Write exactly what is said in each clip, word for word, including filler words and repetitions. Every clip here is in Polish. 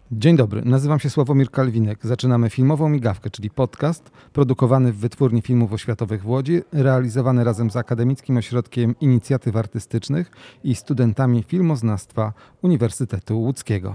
Dzień dobry, nazywam się Sławomir Kalwinek. Zaczynamy Filmową Migawkę, czyli podcast produkowany w Wytwórni Filmów Oświatowych w Łodzi, realizowany razem z Akademickim Ośrodkiem Inicjatyw Artystycznych i studentami filmoznawstwa Uniwersytetu Łódzkiego.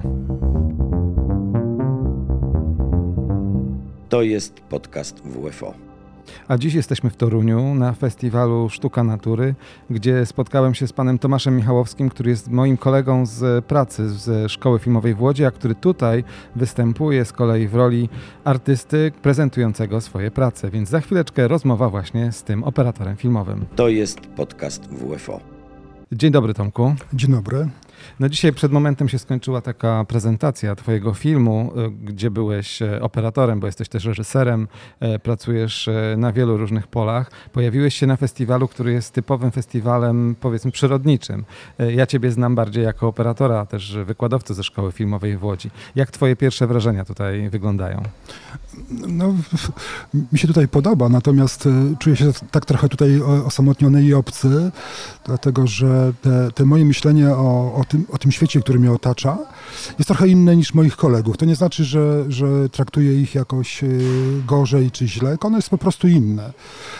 To jest podcast W F O. A dziś jesteśmy w Toruniu na festiwalu Sztuka Natury, gdzie spotkałem się z panem Tomaszem Michałowskim, który jest moim kolegą z pracy ze Szkoły Filmowej w Łodzi, a który tutaj występuje z kolei w roli artysty prezentującego swoje prace. Więc za chwileczkę rozmowa właśnie z tym operatorem filmowym. To jest podcast W F O. Dzień dobry, Tomku. Dzień dobry. No dzisiaj przed momentem się skończyła taka prezentacja twojego filmu, gdzie byłeś operatorem, bo jesteś też reżyserem, pracujesz na wielu różnych polach. Pojawiłeś się na festiwalu, który jest typowym festiwalem, powiedzmy, przyrodniczym. Ja ciebie znam bardziej jako operatora, a też wykładowcę ze Szkoły Filmowej w Łodzi. Jak twoje pierwsze wrażenia tutaj wyglądają? No, mi się tutaj podoba, natomiast czuję się tak trochę tutaj osamotniony i obcy, dlatego że te, te moje myślenie o, o, tym, o tym świecie, który mnie otacza, jest trochę inne niż moich kolegów. To nie znaczy, że, że traktuję ich jakoś gorzej czy źle, tylko ono jest po prostu inne.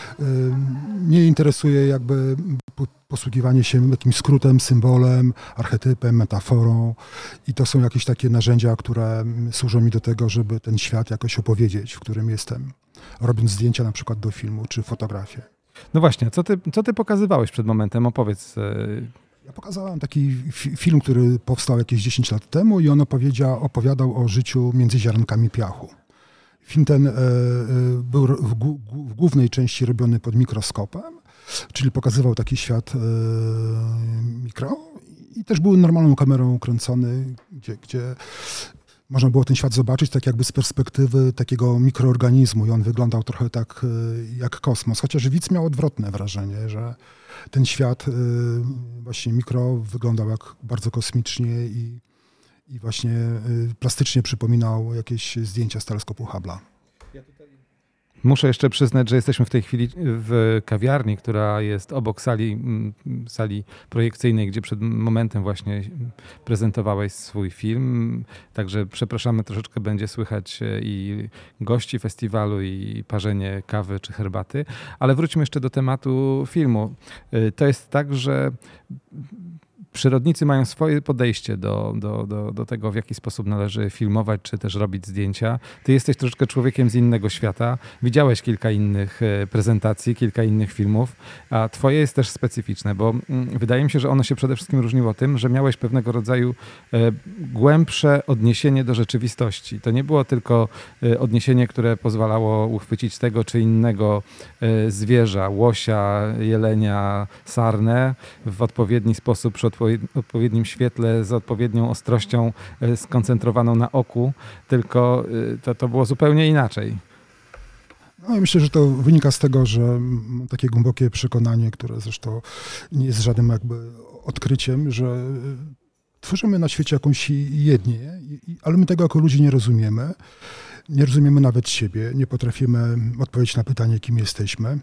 Mnie interesuje jakby posługiwanie się jakimś skrótem, symbolem, archetypem, metaforą i to są jakieś takie narzędzia, które służą mi do tego, żeby ten świat jakoś opowiedzieć, w którym jestem, robiąc zdjęcia na przykład do filmu czy fotografię. No właśnie, co ty, co ty pokazywałeś przed momentem? Opowiedz. Ja pokazałem taki fi- film, który powstał jakieś dziesięć lat temu i on opowiedział, opowiadał o życiu między ziarnkami piachu. Film ten e, e, był w, gu, w głównej części robiony pod mikroskopem, czyli pokazywał taki świat e, mikro i też był normalną kamerą kręcony, gdzie, gdzie można było ten świat zobaczyć tak jakby z perspektywy takiego mikroorganizmu i on wyglądał trochę tak e, jak kosmos, chociaż widz miał odwrotne wrażenie, że ten świat e, właśnie mikro wyglądał jak bardzo kosmicznie i i właśnie y, plastycznie przypominał jakieś zdjęcia z teleskopu Hubble'a. Muszę jeszcze przyznać, że jesteśmy w tej chwili w kawiarni, która jest obok sali, sali projekcyjnej, gdzie przed momentem właśnie prezentowałeś swój film. Także przepraszamy, troszeczkę będzie słychać i gości festiwalu, i parzenie kawy czy herbaty. Ale wróćmy jeszcze do tematu filmu. To jest tak, że przyrodnicy mają swoje podejście do, do, do, do tego, w jaki sposób należy filmować, czy też robić zdjęcia. Ty jesteś troszeczkę człowiekiem z innego świata. Widziałeś kilka innych prezentacji, kilka innych filmów, a twoje jest też specyficzne, bo wydaje mi się, że ono się przede wszystkim różniło tym, że miałeś pewnego rodzaju głębsze odniesienie do rzeczywistości. To nie było tylko odniesienie, które pozwalało uchwycić tego czy innego zwierza, łosia, jelenia, sarnę w odpowiedni sposób, przy odpowiednim świetle, z odpowiednią ostrością skoncentrowaną na oku, tylko to, to było zupełnie inaczej. No i myślę, że to wynika z tego, że mam takie głębokie przekonanie, które zresztą nie jest żadnym jakby odkryciem, że tworzymy na świecie jakąś jednię, ale my tego jako ludzie nie rozumiemy. Nie rozumiemy nawet siebie, nie potrafimy odpowiedzieć na pytanie, kim jesteśmy.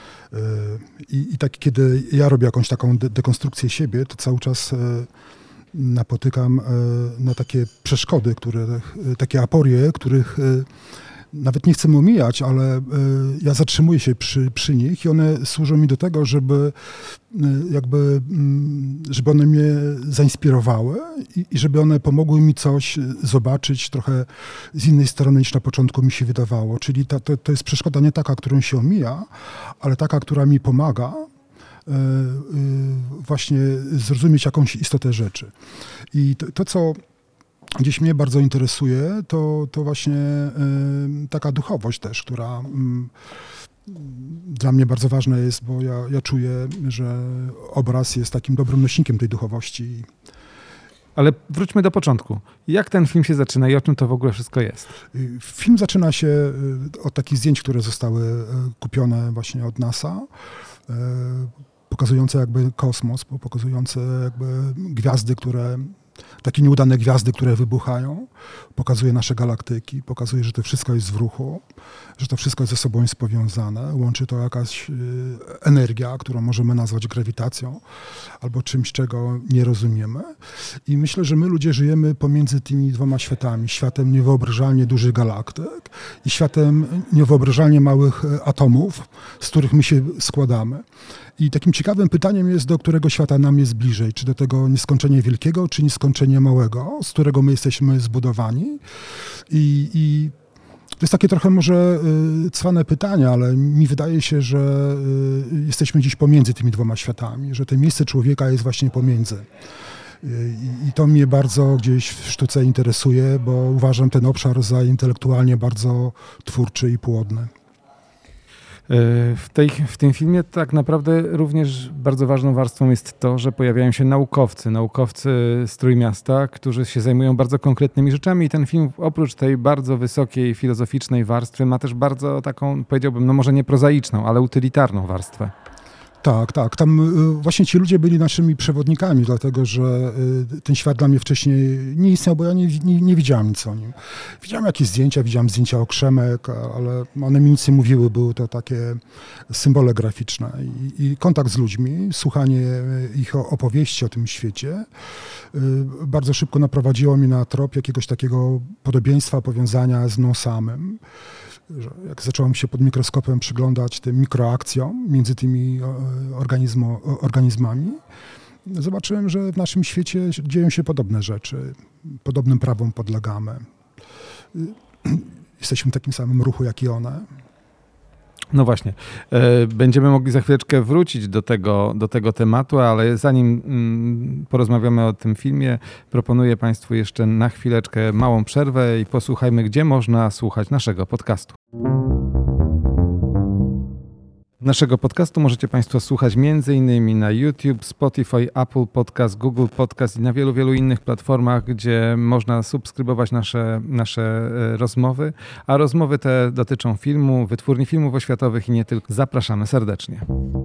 I, I tak, kiedy ja robię jakąś taką de- dekonstrukcję siebie, to cały czas e, napotykam e, na takie przeszkody, które, e, takie aporie, których e, nawet nie chcę omijać, ale e, ja zatrzymuję się przy, przy nich i one służą mi do tego, żeby e, jakby, m, żeby one mnie zainspirowały i, i żeby one pomogły mi coś zobaczyć trochę z innej strony niż na początku mi się wydawało. Czyli ta, to, to jest przeszkoda nie taka, którą się omija, ale taka, która mi pomaga e, e, właśnie zrozumieć jakąś istotę rzeczy. I to, to co gdzieś mnie bardzo interesuje, to, to właśnie y, taka duchowość też, która y, dla mnie bardzo ważna jest, bo ja, ja czuję, że obraz jest takim dobrym nośnikiem tej duchowości. Ale wróćmy do początku. Jak ten film się zaczyna i o czym to w ogóle wszystko jest? Film zaczyna się od takich zdjęć, które zostały kupione właśnie od NASA, pokazujące jakby kosmos, pokazujące jakby gwiazdy, które takie nieudane gwiazdy, które wybuchają. Pokazuje nasze galaktyki, pokazuje, że to wszystko jest w ruchu, że to wszystko jest ze sobą jest powiązane. Łączy to jakaś energia, którą możemy nazwać grawitacją albo czymś, czego nie rozumiemy. I myślę, że my ludzie żyjemy pomiędzy tymi dwoma światami. Światem niewyobrażalnie dużych galaktyk i światem niewyobrażalnie małych atomów, z których my się składamy. I takim ciekawym pytaniem jest, do którego świata nam jest bliżej. Czy do tego nieskończenie wielkiego, czy nieskończenie małego, z którego my jesteśmy zbudowani. I, i to jest takie trochę może y, cwane pytanie, ale mi wydaje się, że y, jesteśmy dziś pomiędzy tymi dwoma światami, że to miejsce człowieka jest właśnie pomiędzy. Y, I to mnie bardzo gdzieś w sztuce interesuje, bo uważam ten obszar za intelektualnie bardzo twórczy i płodny. W, tej, w tym filmie tak naprawdę również bardzo ważną warstwą jest to, że pojawiają się naukowcy, naukowcy z Trójmiasta, którzy się zajmują bardzo konkretnymi rzeczami i ten film oprócz tej bardzo wysokiej filozoficznej warstwy ma też bardzo taką, powiedziałbym, no może nie prozaiczną, ale utylitarną warstwę. Tak, tak. Tam właśnie ci ludzie byli naszymi przewodnikami, dlatego że ten świat dla mnie wcześniej nie istniał, bo ja nie, nie, nie widziałem nic o nim. Widziałem jakieś zdjęcia, widziałem zdjęcia okrzemek, ale one mi nic nie mówiły, były to takie symbole graficzne. I, i kontakt z ludźmi, słuchanie ich opowieści o tym świecie bardzo szybko naprowadziło mnie na trop jakiegoś takiego podobieństwa, powiązania z mną samym. Że jak zacząłem się pod mikroskopem przyglądać tym mikroakcjom między tymi organizmo, organizmami, zobaczyłem, że w naszym świecie dzieją się podobne rzeczy, podobnym prawom podlegamy. Jesteśmy w takim samym ruchu, jak i one. No właśnie. Będziemy mogli za chwileczkę wrócić do tego, do tego tematu, ale zanim porozmawiamy o tym filmie, proponuję Państwu jeszcze na chwileczkę małą przerwę i posłuchajmy, gdzie można słuchać naszego podcastu. Naszego podcastu możecie Państwo słuchać m.in. na YouTube, Spotify, Apple Podcast, Google Podcast i na wielu, wielu innych platformach, gdzie można subskrybować nasze, nasze rozmowy, a rozmowy te dotyczą filmu, wytwórni filmów oświatowych i nie tylko. Zapraszamy serdecznie.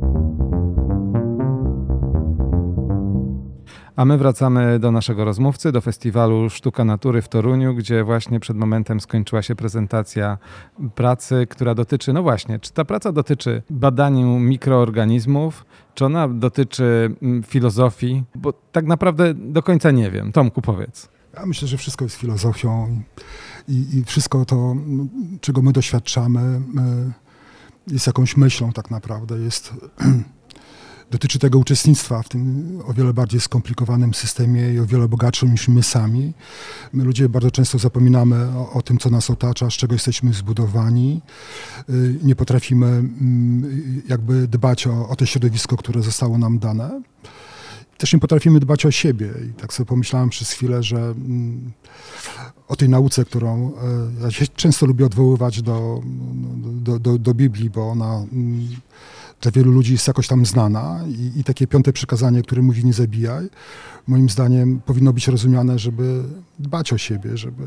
A my wracamy do naszego rozmówcy, do festiwalu Sztuka Natury w Toruniu, gdzie właśnie przed momentem skończyła się prezentacja pracy, która dotyczy, no właśnie, czy ta praca dotyczy badania mikroorganizmów, czy ona dotyczy filozofii, bo tak naprawdę do końca nie wiem. Tomku, powiedz. Ja myślę, że wszystko jest filozofią i, i wszystko to, czego my doświadczamy, jest jakąś myślą tak naprawdę, jest... Dotyczy tego uczestnictwa w tym o wiele bardziej skomplikowanym systemie i o wiele bogatszym niż my sami. My ludzie bardzo często zapominamy o, o tym, co nas otacza, z czego jesteśmy zbudowani. Nie potrafimy jakby dbać o, o to środowisko, które zostało nam dane. Też nie potrafimy dbać o siebie. I tak sobie pomyślałem przez chwilę, że o tej nauce, którą ja się często lubię odwoływać do, do, do, do Biblii, bo ona... dla wielu ludzi jest jakoś tam znana i, i takie piąte przykazanie, które mówi nie zabijaj, moim zdaniem powinno być rozumiane, żeby dbać o siebie, żeby,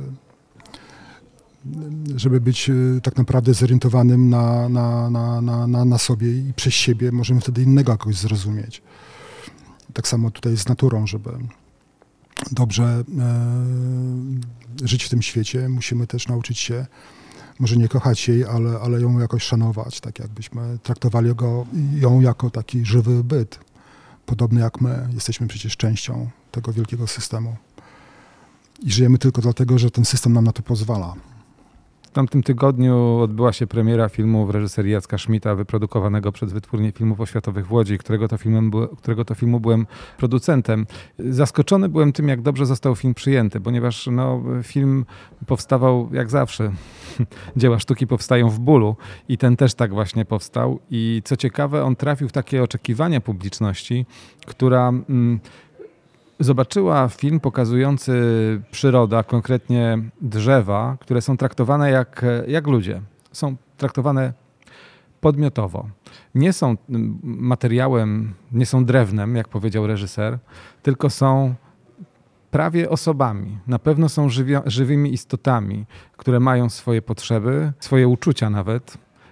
żeby być tak naprawdę zorientowanym na, na, na, na, na, na sobie i przez siebie możemy wtedy innego jakoś zrozumieć. Tak samo tutaj z naturą, żeby dobrze e, żyć w tym świecie, musimy też nauczyć się może nie kochać jej, ale, ale ją jakoś szanować, tak jakbyśmy traktowali go, ją jako taki żywy byt, podobny jak my. Jesteśmy przecież częścią tego wielkiego systemu i żyjemy tylko dlatego, że ten system nam na to pozwala. W tamtym tygodniu odbyła się premiera filmu w reżyserii Jacka Schmidta, wyprodukowanego przez Wytwórnię Filmów Oświatowych w Łodzi, którego to, filmem, którego to filmu byłem producentem. Zaskoczony byłem tym, jak dobrze został film przyjęty, ponieważ no, film powstawał jak zawsze. Dzieła sztuki powstają w bólu i ten też tak właśnie powstał. I co ciekawe, on trafił w takie oczekiwania publiczności, która... Mm, zobaczyła film pokazujący przyrodę, konkretnie drzewa, które są traktowane jak, jak ludzie. Są traktowane podmiotowo. Nie są materiałem, nie są drewnem, jak powiedział reżyser, tylko są prawie osobami. Na pewno są żywio- żywymi istotami, które mają swoje potrzeby, swoje uczucia nawet.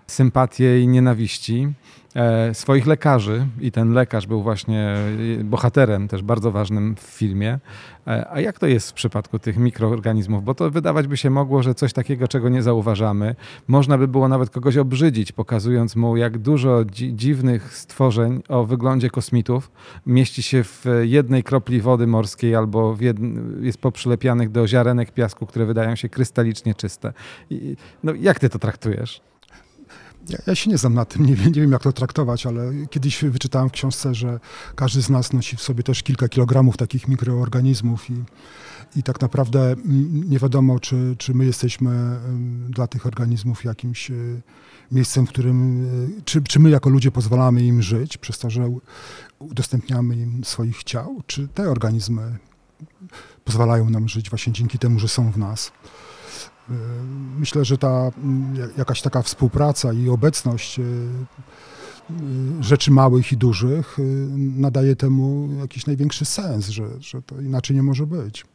sympatie i nienawiści e, swoich lekarzy i ten lekarz był właśnie bohaterem też bardzo ważnym w filmie. E, a jak to jest w przypadku tych mikroorganizmów? Bo to wydawać by się mogło, że coś takiego, czego nie zauważamy, można by było nawet kogoś obrzydzić, pokazując mu, jak dużo dzi- dziwnych stworzeń o wyglądzie kosmitów mieści się w jednej kropli wody morskiej albo w jedn- jest poprzylepianych do ziarenek piasku, które wydają się krystalicznie czyste. I, no, jak ty to traktujesz? Ja, ja się nie znam na tym, nie wiem, nie wiem jak to traktować, ale kiedyś wyczytałem w książce, że każdy z nas nosi w sobie też kilka kilogramów takich mikroorganizmów i, i tak naprawdę nie wiadomo, czy, czy my jesteśmy dla tych organizmów jakimś miejscem, w którym, czy, czy my jako ludzie pozwalamy im żyć przez to, że udostępniamy im swoich ciał, czy te organizmy pozwalają nam żyć właśnie dzięki temu, że są w nas. Myślę, że ta jakaś taka współpraca i obecność rzeczy małych i dużych nadaje temu jakiś największy sens, że, że to inaczej nie może być.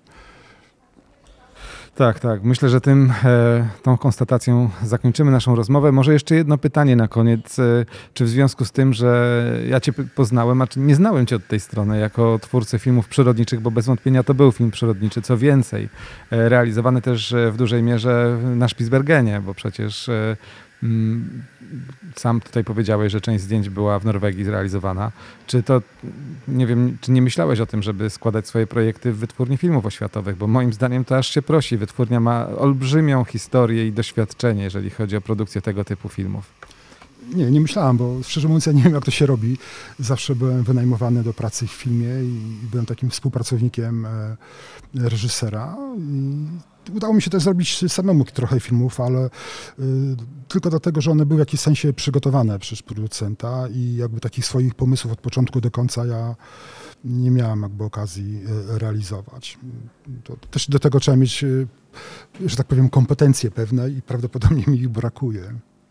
Tak, tak. Myślę, że tym, e, tą konstatacją zakończymy naszą rozmowę. Może jeszcze jedno pytanie na koniec. E, czy w związku z tym, że ja cię poznałem, a czy nie znałem cię od tej strony jako twórcę filmów przyrodniczych, bo bez wątpienia to był film przyrodniczy, co więcej, e, realizowany też w dużej mierze na Spitsbergenie, bo przecież e, mm, sam tutaj powiedziałeś, że część zdjęć była w Norwegii zrealizowana. Czy to, nie wiem, czy nie myślałeś o tym, żeby składać swoje projekty w Wytwórni Filmów Oświatowych? Bo moim zdaniem to aż się prosi. Wytwórnia ma olbrzymią historię i doświadczenie, jeżeli chodzi o produkcję tego typu filmów. Nie, nie myślałem, bo szczerze mówiąc ja nie wiem jak to się robi. Zawsze byłem wynajmowany do pracy w filmie i byłem takim współpracownikiem reżysera. I udało mi się też zrobić samemu trochę filmów, ale y, tylko dlatego, że one były w jakimś sensie przygotowane przez producenta i jakby takich swoich pomysłów od początku do końca ja nie miałem jakby okazji y, realizować. To też do tego trzeba mieć, y, że tak powiem, kompetencje pewne i prawdopodobnie mi ich brakuje.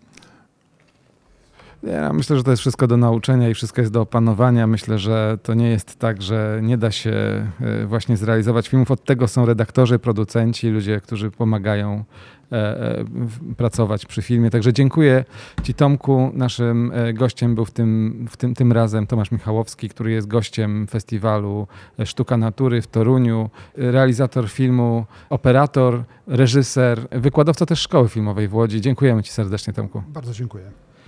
Ja myślę, że to jest wszystko do nauczenia i wszystko jest do opanowania. Myślę, że to nie jest tak, że nie da się właśnie zrealizować filmów. Od tego są redaktorzy, producenci, ludzie, którzy pomagają pracować przy filmie. Także dziękuję Ci, Tomku. Naszym gościem był w tym, w tym, tym razem Tomasz Michałowski, który jest gościem festiwalu Sztuka Natury w Toruniu, realizator filmu, operator, reżyser, wykładowca też Szkoły Filmowej w Łodzi. Dziękujemy Ci serdecznie, Tomku. Bardzo dziękuję.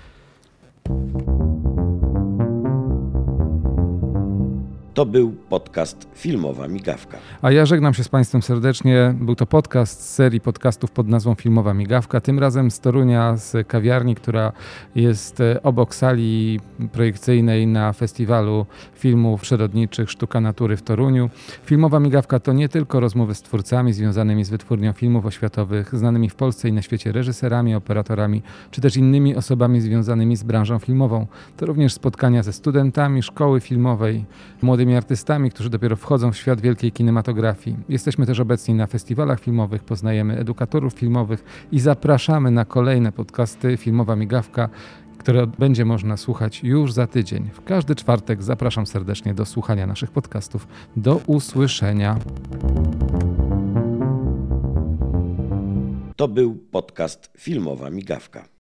To był podcast Filmowa Migawka. A ja żegnam się z Państwem serdecznie. Był to podcast z serii podcastów pod nazwą Filmowa Migawka. Tym razem z Torunia, z kawiarni, która jest obok sali projekcyjnej na festiwalu filmów przyrodniczych Sztuka Natury w Toruniu. Filmowa Migawka to nie tylko rozmowy z twórcami związanymi z Wytwórnią Filmów Oświatowych, znanymi w Polsce i na świecie reżyserami, operatorami, czy też innymi osobami związanymi z branżą filmową. To również spotkania ze studentami szkoły filmowej, młodymi artystami, którzy dopiero wchodzą w świat wielkiej kinematografii. Jesteśmy też obecni na festiwalach filmowych, poznajemy edukatorów filmowych i zapraszamy na kolejne podcasty Filmowa Migawka, które będzie można słuchać już za tydzień. W każdy czwartek zapraszam serdecznie do słuchania naszych podcastów. Do usłyszenia. To był podcast Filmowa Migawka.